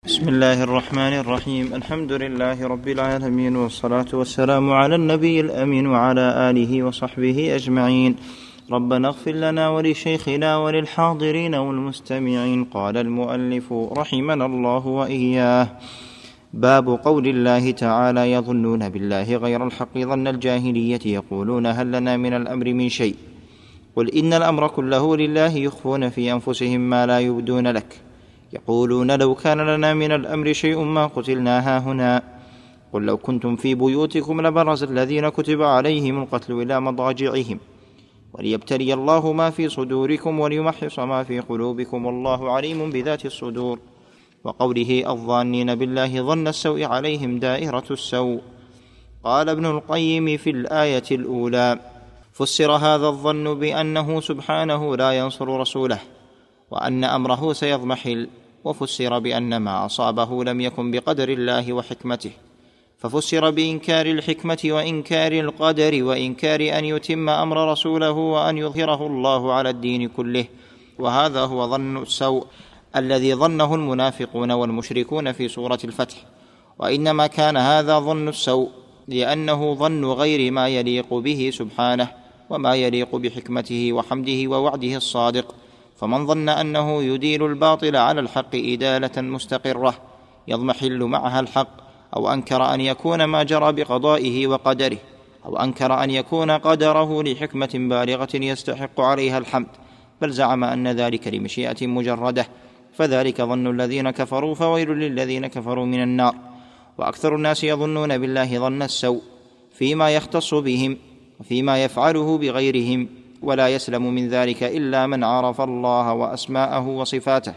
بسم الله الرحمن الرحيم. الحمد لله رب العالمين، والصلاة والسلام على النبي الأمين وعلى آله وصحبه أجمعين. ربنا اغفر لنا ولشيخنا وللحاضرين والمستمعين. قال المؤلف رحمنا الله وإياه: باب قول الله تعالى: يظنون بالله غير الحق ظن الجاهلية يقولون هل لنا من الأمر من شيء، قل إن الأمر كله لله يخفون في أنفسهم ما لا يبدون لك، يقولون لو كان لنا من الأمر شيء ما قتلنا هاهنا، قل لو كنتم في بيوتكم لبرز الذين كتب عليهم القتل إلى مضاجعهم وليبتلي الله ما في صدوركم وليمحص ما في قلوبكم والله عليم بذات الصدور. وقوله: الظانين بالله ظن السوء عليهم دائرة السوء. قال ابن القيم في الآية الأولى: فسر هذا الظن بأنه سبحانه لا ينصر رسوله وأن أمره سيضمحل، وفسر بأن ما أصابه لم يكن بقدر الله وحكمته، ففسر بإنكار الحكمة وإنكار القدر وإنكار أن يتم أمر رسوله وأن يظهره الله على الدين كله. وهذا هو ظن السوء الذي ظنه المنافقون والمشركون في سورة الفتح، وإنما كان هذا ظن السوء لأنه ظن غير ما يليق به سبحانه وما يليق بحكمته وحمده ووعده الصادق. فمن ظن أنه يديل الباطل على الحق إدالة مستقرة يضمحل معها الحق، أو أنكر أن يكون ما جرى بقضائه وقدره، أو أنكر أن يكون قدره لحكمة بالغة يستحق عليها الحمد، بل زعم أن ذلك لمشيئة مجردة، فذلك ظن الذين كفروا، فويل للذين كفروا من النار. وأكثر الناس يظنون بالله ظن السوء فيما يختص بهم وفيما يفعله بغيرهم، ولا يسلم من ذلك إلا من عرف الله وأسماءه وصفاته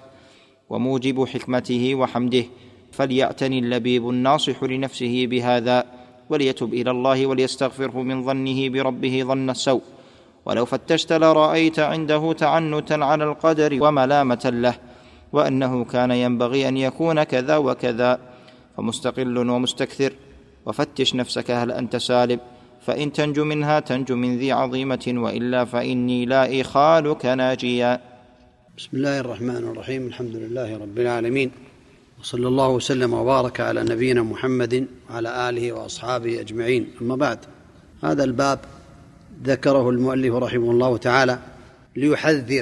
وموجب حكمته وحمده، فليعتني اللبيب الناصح لنفسه بهذا، وليتب إلى الله وليستغفره من ظنه بربه ظن السوء. ولو فتشت لرأيت عنده تعنتا على القدر وملامة له، وأنه كان ينبغي أن يكون كذا وكذا، فمستقل ومستكثر. وفتش نفسك هل أنت سالم، فإن تنج منها تنج من ذي عظيمة، وإلا فإني لا إخالك ناجيا. بسم الله الرحمن الرحيم. الحمد لله رب العالمين، وصلى الله وسلم وبارك على نبينا محمد وعلى آله وأصحابه أجمعين. أما بعد، هذا الباب ذكره المؤلف رحمه الله تعالى ليحذر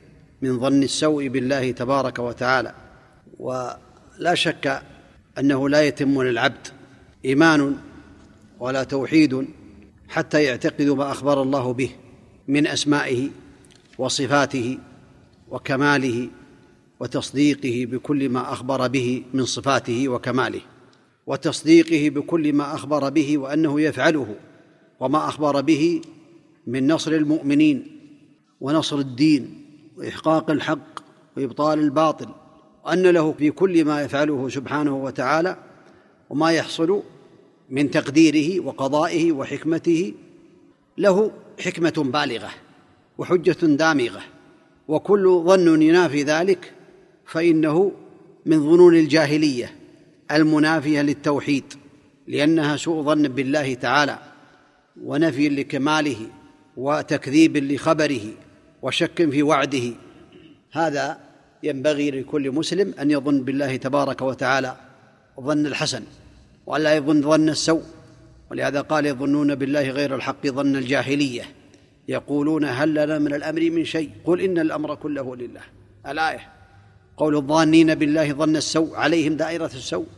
من ظن السوء بالله تبارك وتعالى. ولا شك أنه لا يتم للعبد إيمان ولا توحيد حتى يعتقد ما أخبر الله به من أسمائه وصفاته وكماله، وتصديقه بكل ما أخبر به من صفاته وكماله، وتصديقه بكل ما أخبر به وأنه يفعله، وما أخبر به من نصر المؤمنين ونصر الدين وإحقاق الحق وإبطال الباطل، وأن له في كل ما يفعله سبحانه وتعالى وما يحصل من تقديره وقضائه وحكمته له حكمة بالغة وحجة دامغة. وكل ظن ينافي ذلك فإنه من ظنون الجاهلية المنافية للتوحيد، لأنها سوء ظن بالله تعالى ونفي لكماله وتكذيب لخبره وشك في وعده. هذا ينبغي لكل مسلم أن يظن بالله تبارك وتعالى ظن الحسن، ولا يظن ظن السوء. ولهذا قال: يظنون بالله غير الحق ظن الجاهلية يقولون هل لنا من الأمر من شيء، قل إن الأمر كله لله. الآية. قول: الظانين بالله ظن السوء عليهم دائرة السوء.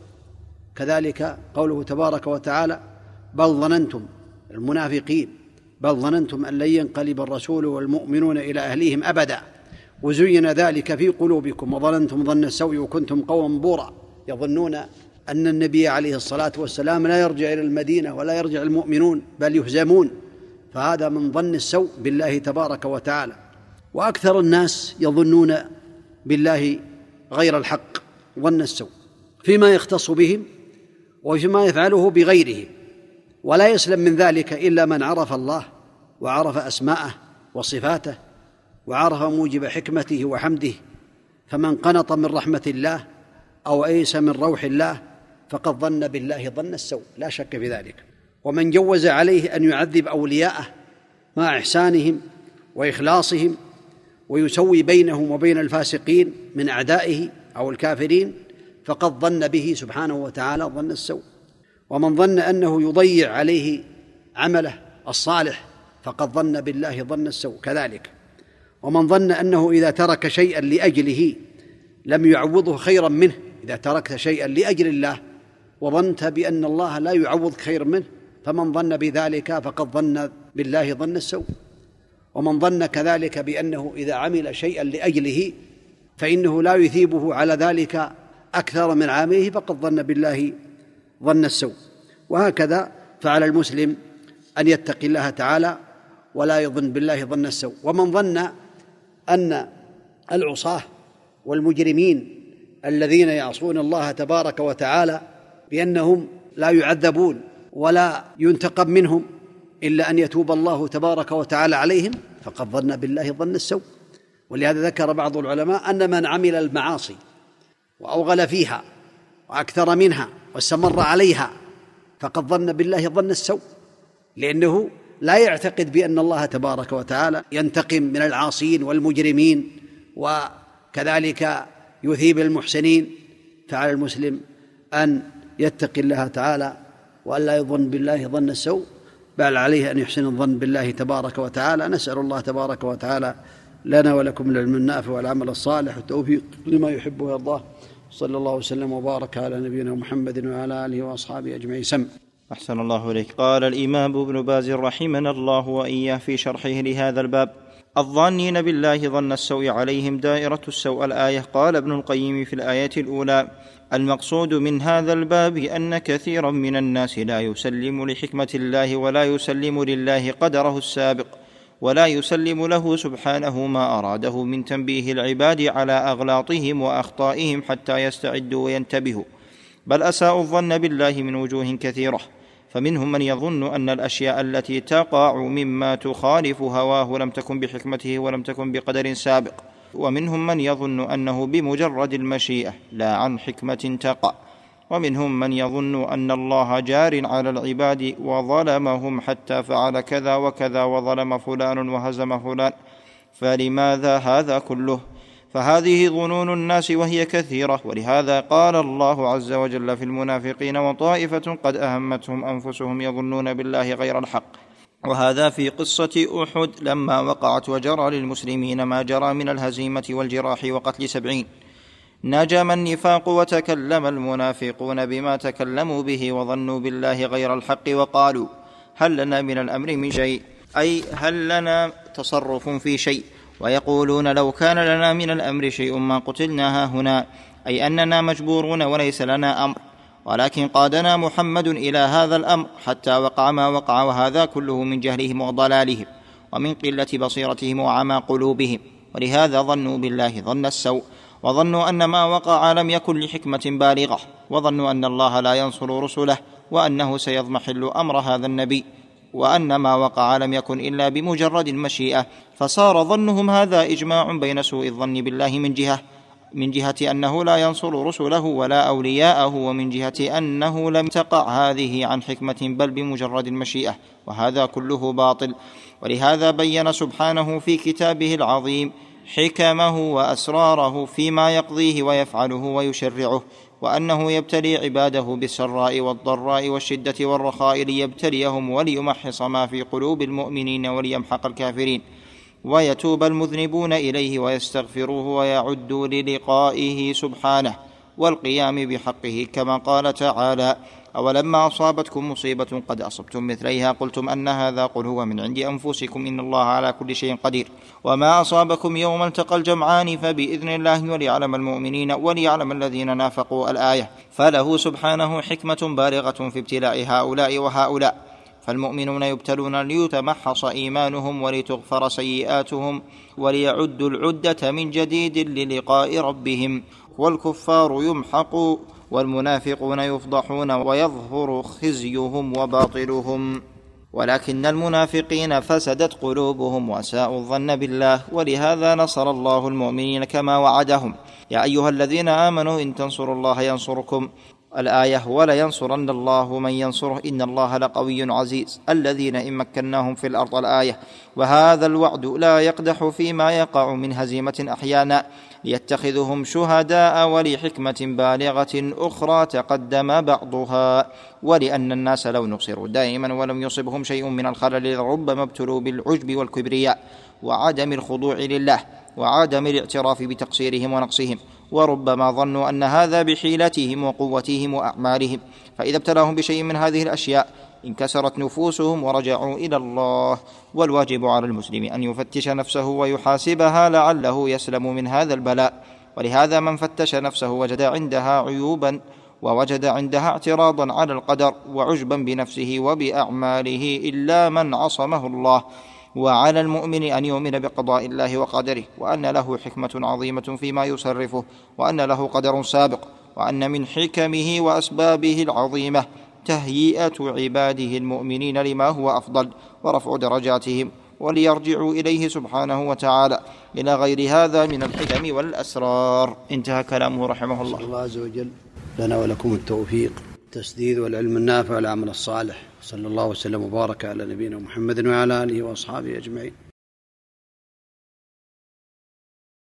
كذلك قوله تبارك وتعالى: بل ظننتم، المنافقين، بل ظننتم أن لن ينقلب الرسول والمؤمنون إلى أهليهم أبدا وزين ذلك في قلوبكم وظننتم ظن السوء وكنتم قوما بورا. يظنون أن النبي عليه الصلاة والسلام لا يرجع إلى المدينة ولا يرجع المؤمنون بل يهزمون، فهذا من ظن السوء بالله تبارك وتعالى. وأكثر الناس يظنون بالله غير الحق ظن السوء فيما يختص بهم وفيما يفعله بغيره، ولا يسلم من ذلك إلا من عرف الله وعرف أسماءه وصفاته وعرف موجب حكمته وحمده. فمن قنط من رحمة الله أو أيس من روح الله فقد ظن بالله ظن السوء، لا شك في ذلك. ومن جوز عليه أن يعذب أولياءه مع إحسانهم وإخلاصهم ويسوي بينهم وبين الفاسقين من أعدائه أو الكافرين فقد ظن به سبحانه وتعالى ظن السوء. ومن ظن أنه يضيع عليه عمله الصالح فقد ظن بالله ظن السوء كذلك. ومن ظن أنه إذا ترك شيئا لأجله لم يعوضه خيرا منه، إذا تركت شيئا لأجل الله وظنت بأن الله لا يعوضك خير منه، فمن ظن بذلك فقد ظن بالله ظن السوء. ومن ظن كذلك بأنه إذا عمل شيئا لأجله فإنه لا يثيبه على ذلك أكثر من عامله فقد ظن بالله ظن السوء. وهكذا فعلى المسلم أن يتقي الله تعالى ولا يظن بالله ظن السوء. ومن ظن أن العصاة والمجرمين الذين يعصون الله تبارك وتعالى بأنهم لا يعذبون ولا ينتقم منهم إلا أن يتوب الله تبارك وتعالى عليهم فقد ظن بالله ظن السوء. ولهذا ذكر بعض العلماء أن من عمل المعاصي وأوغل فيها وأكثر منها واستمر عليها فقد ظن بالله ظن السوء، لأنه لا يعتقد بأن الله تبارك وتعالى ينتقم من العاصين والمجرمين وكذلك يثيب المحسنين. فعلى المسلم أن يتقي الله تعالى وأن لا يظن بالله ظن السوء، بل عليه أن يحسن الظن بالله تبارك وتعالى. نسأل الله تبارك وتعالى لنا ولكم العلم النافع والعمل الصالح والتوفيق لما يحب ويرضاه. صلى الله وسلم وبارك على نبينا محمد وعلى آله وأصحابه أجمعين. سم. أحسن الله إليك. قال الإمام ابن باز رحمنا الله وإياه في شرحه لهذا الباب: الظانين بالله ظن السوء عليهم دائرة السوء. الآية. قال ابن القيم في الآية الأولى: المقصود من هذا الباب أن كثيرا من الناس لا يسلم لحكمة الله ولا يسلم لله قدره السابق، ولا يسلم له سبحانه ما أراده من تنبيه العباد على أغلاطهم وأخطائهم حتى يستعدوا وينتبهوا، بل أساءوا الظن بالله من وجوه كثيرة. فمنهم من يظن أن الأشياء التي تقع مما تخالف هواه لم تكن بحكمته ولم تكن بقدر سابق، ومنهم من يظن أنه بمجرد المشيئة لا عن حكمة تقع، ومنهم من يظن أن الله جار على العباد وظلمهم حتى فعل كذا وكذا وظلم فلان وهزم فلان. فلماذا هذا كله؟ فهذه ظنون الناس وهي كثيرة، ولهذا قال الله عز وجل في المنافقين: وطائفة قد أهمتهم أنفسهم يظنون بالله غير الحق. وهذا في قصة أحد لما وقعت وجرى للمسلمين ما جرى من الهزيمة والجراح وقتل 70. نجم النفاق وتكلم المنافقون بما تكلموا به وظنوا بالله غير الحق وقالوا: هل لنا من الأمر من شيء؟ أي هل لنا تصرف في شيء؟ ويقولون: لو كان لنا من الأمر شيء ما قتلنا هنا، أي أننا مجبورون وليس لنا أمر، ولكن قادنا محمد إلى هذا الأمر حتى وقع ما وقع، وهذا كله من جهلهم وضلالهم ومن قلة بصيرتهم وعمى قلوبهم. ولهذا ظنوا بالله ظن السوء، وظنوا أن ما وقع لم يكن لحكمة بالغة، وظنوا أن الله لا ينصر رسله، وأنه سيضمحل أمر هذا النبي، وأن ما وقع لم يكن إلا بمجرد المشيئة. فصار ظنهم هذا إجماع بين سوء الظن بالله من جهة أنه لا ينصر رسله ولا أولياءه، ومن جهة أنه لم تقع هذه عن حكمة بل بمجرد المشيئة، وهذا كله باطل. ولهذا بين سبحانه في كتابه العظيم حكمه وأسراره فيما يقضيه ويفعله ويشرعه، وأنه يبتلي عباده بالسراء والضراء والشدة والرخاء ليبتليهم وليمحص ما في قلوب المؤمنين وليمحق الكافرين، ويتوب المذنبون إليه ويستغفروه ويعدوا للقائه سبحانه والقيام بحقه، كما قال تعالى: أولما أصابتكم مصيبة قد أصبتم مثليها قلتم أن هذا، قل هو من عند أنفسكم إن الله على كل شيء قدير. وما أصابكم يوم التقى الجمعان فبإذن الله وليعلم المؤمنين وليعلم الذين نافقوا. الآية. فله سبحانه حكمة بالغة في ابتلاء هؤلاء وهؤلاء، فالمؤمنون يبتلون ليتمحص إيمانهم ولتغفر سيئاتهم وليعدوا العدة من جديد للقاء ربهم، والكفار يمحقوا والمنافقون يفضحون ويظهر خزيهم وباطلهم. ولكن المنافقين فسدت قلوبهم وأساءوا الظن بالله، ولهذا نصر الله المؤمنين كما وعدهم: يا أيها الذين آمنوا إن تنصروا الله ينصركم. الآية. ولينصرن الله من ينصره إن الله لقوي عزيز الذين إن مكناهم في الأرض. الآية. وهذا الوعد لا يقدح فيما يقع من هزيمة أحيانا، ليتخذهم شهداء ولحكمة بالغة أخرى تقدم بعضها، ولأن الناس لو نصروا دائما ولم يصبهم شيء من الخلل لربما ابتلوا بالعجب والكبرياء وعدم الخضوع لله وعدم الاعتراف بتقصيرهم ونقصهم، وربما ظنوا أن هذا بحيلتهم وقوتهم وأعمالهم، فإذا ابتلاهم بشيء من هذه الأشياء انكسرت نفوسهم ورجعوا إلى الله. والواجب على المسلم أن يفتش نفسه ويحاسبها لعله يسلم من هذا البلاء. ولهذا من فتش نفسه وجد عندها عيوبا ووجد عندها اعتراضا على القدر وعجبا بنفسه وبأعماله إلا من عصمه الله. وعلى المؤمن أن يؤمن بقضاء الله وقدره، وأن له حكمة عظيمة فيما يصرفه، وأن له قدر سابق، وأن من حكمه وأسبابه العظيمة تهيئة عباده المؤمنين لما هو أفضل ورفع درجاتهم وليرجعوا إليه سبحانه وتعالى إلى غير هذا من الحكم والأسرار. انتهى كلامه رحمه الله. الله عز وجل لنا ولكم التوفيق التسديد والعلم النافع والعمل الصالح. صلى الله وسلم وبارك على نبينا محمد وعلى آله وأصحابه أجمعين.